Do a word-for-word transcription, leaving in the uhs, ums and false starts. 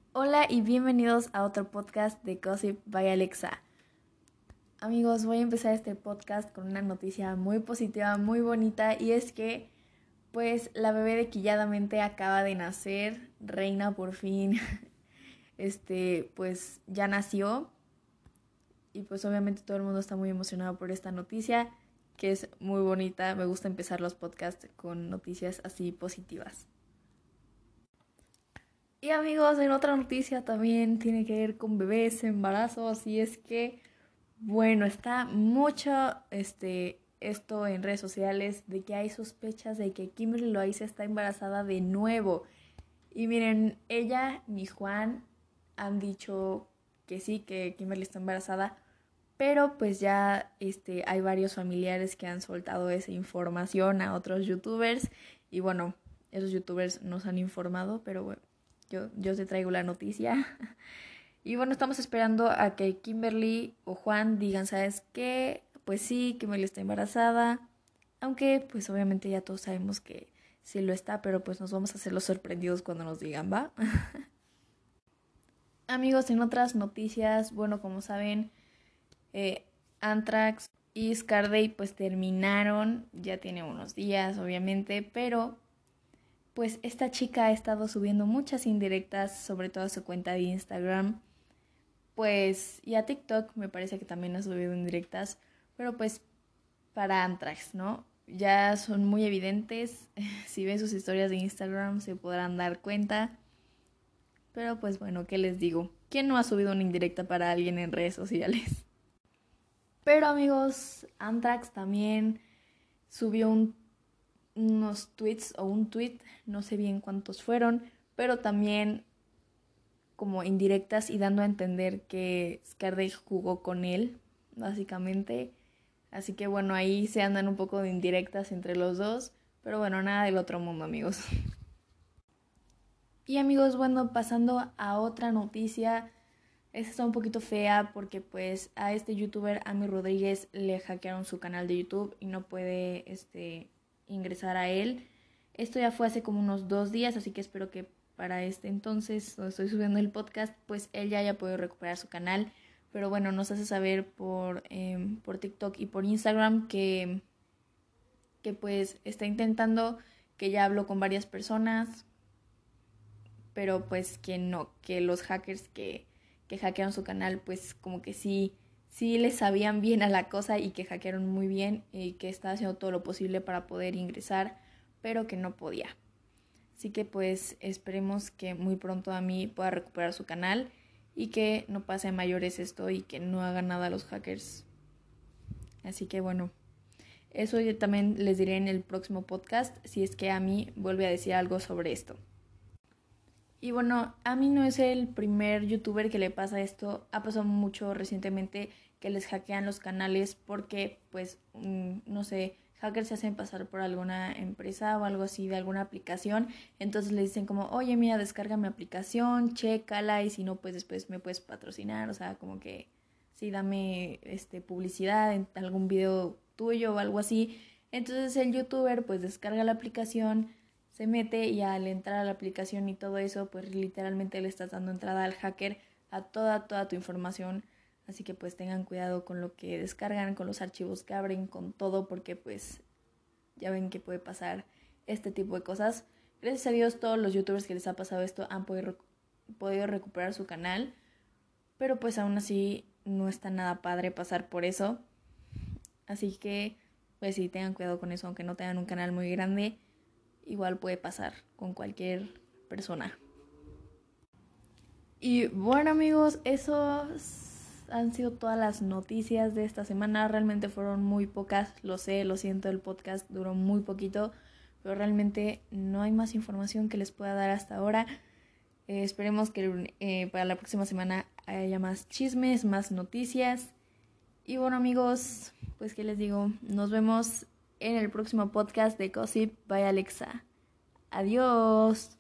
Hola y bienvenidos a otro podcast de Gossip by Alexa. Amigos, voy a empezar este podcast con una noticia muy positiva, muy bonita, y es que pues la bebé de Quilladamente acaba de nacer, Reina por fin, este pues ya nació y pues obviamente todo el mundo está muy emocionado por esta noticia que es muy bonita. Me gusta empezar los podcasts con noticias así positivas. Y amigos, en otra noticia también tiene que ver con bebés, embarazos, y es que, bueno, está mucho este, esto en redes sociales de que hay sospechas de que Kimberly Loaiza está embarazada de nuevo. Y miren, ella ni Juan han dicho que sí, que Kimberly está embarazada, pero pues ya este, hay varios familiares que han soltado esa información a otros youtubers y bueno, esos youtubers nos han informado, pero bueno, yo, yo te traigo la noticia. Y bueno, estamos esperando a que Kimberly o Juan digan, ¿sabes qué? Pues sí, Kimberly está embarazada, aunque pues obviamente ya todos sabemos que sí lo está, pero pues nos vamos a hacer los sorprendidos cuando nos digan, ¿va? Amigos, en otras noticias, bueno, como saben, eh, Anthrax y Scarday pues terminaron, ya tiene unos días obviamente, pero pues esta chica ha estado subiendo muchas indirectas, sobre todo a su cuenta de Instagram, pues y a TikTok me parece que también ha subido indirectas, pero pues para Anthrax, ¿no? Ya son muy evidentes, si ven sus historias de Instagram se podrán dar cuenta, pero pues bueno, ¿qué les digo? ¿Quién no ha subido una indirecta para alguien en redes sociales? Pero amigos, Anthrax también subió un, unos tweets o un tweet, no sé bien cuántos fueron, pero también como indirectas y dando a entender que Scarday jugó con él, básicamente. Así que bueno, ahí se andan un poco de indirectas entre los dos, pero bueno, nada del otro mundo, amigos. Y amigos, bueno, pasando a otra noticia. Esta está un poquito fea porque pues a este youtuber Ami Rodríguez le hackearon su canal de YouTube y no puede este, ingresar a él. Esto ya fue hace como unos dos días, así que espero que para este entonces, donde estoy subiendo el podcast, pues él ya haya podido recuperar su canal. Pero bueno, nos hace saber por, eh, por TikTok y por Instagram que, que pues está intentando, que ya habló con varias personas, pero pues que no, que los hackers que, que hackearon su canal, pues como que sí, sí le sabían bien a la cosa y que hackearon muy bien y que estaba haciendo todo lo posible para poder ingresar, pero que no podía. Así que pues esperemos que muy pronto a mí pueda recuperar su canal y que no pase a mayores esto y que no hagan nada a los hackers. Así que bueno, eso yo también les diré en el próximo podcast si es que a mí vuelve a decir algo sobre esto. Y bueno, a mí no es el primer youtuber que le pasa esto. Ha pasado mucho recientemente que les hackean los canales porque, pues, mm, no sé, hackers se hacen pasar por alguna empresa o algo así de alguna aplicación. Entonces les dicen como, oye, mira, descarga mi aplicación, chécala y si no, pues después me puedes patrocinar. O sea, como que sí, dame este, publicidad en algún video tuyo o algo así. Entonces el youtuber pues descarga la aplicación, se mete y al entrar a la aplicación y todo eso, pues literalmente le estás dando entrada al hacker a toda, toda tu información. Así que pues tengan cuidado con lo que descargan, con los archivos que abren, con todo, porque pues ya ven que puede pasar este tipo de cosas. Gracias a Dios todos los youtubers que les ha pasado esto han podido, podido recuperar su canal, pero pues aún así no está nada padre pasar por eso. Así que pues sí, tengan cuidado con eso, aunque no tengan un canal muy grande, igual puede pasar con cualquier persona. Y bueno amigos, esos han sido todas las noticias de esta semana. Realmente fueron muy pocas, lo sé, lo siento, el podcast duró muy poquito, pero realmente no hay más información que les pueda dar hasta ahora. Eh, esperemos que eh, para la próxima semana haya más chismes, más noticias. Y bueno amigos, pues qué les digo, nos vemos en el próximo podcast de Gossip by Alexa. Adiós.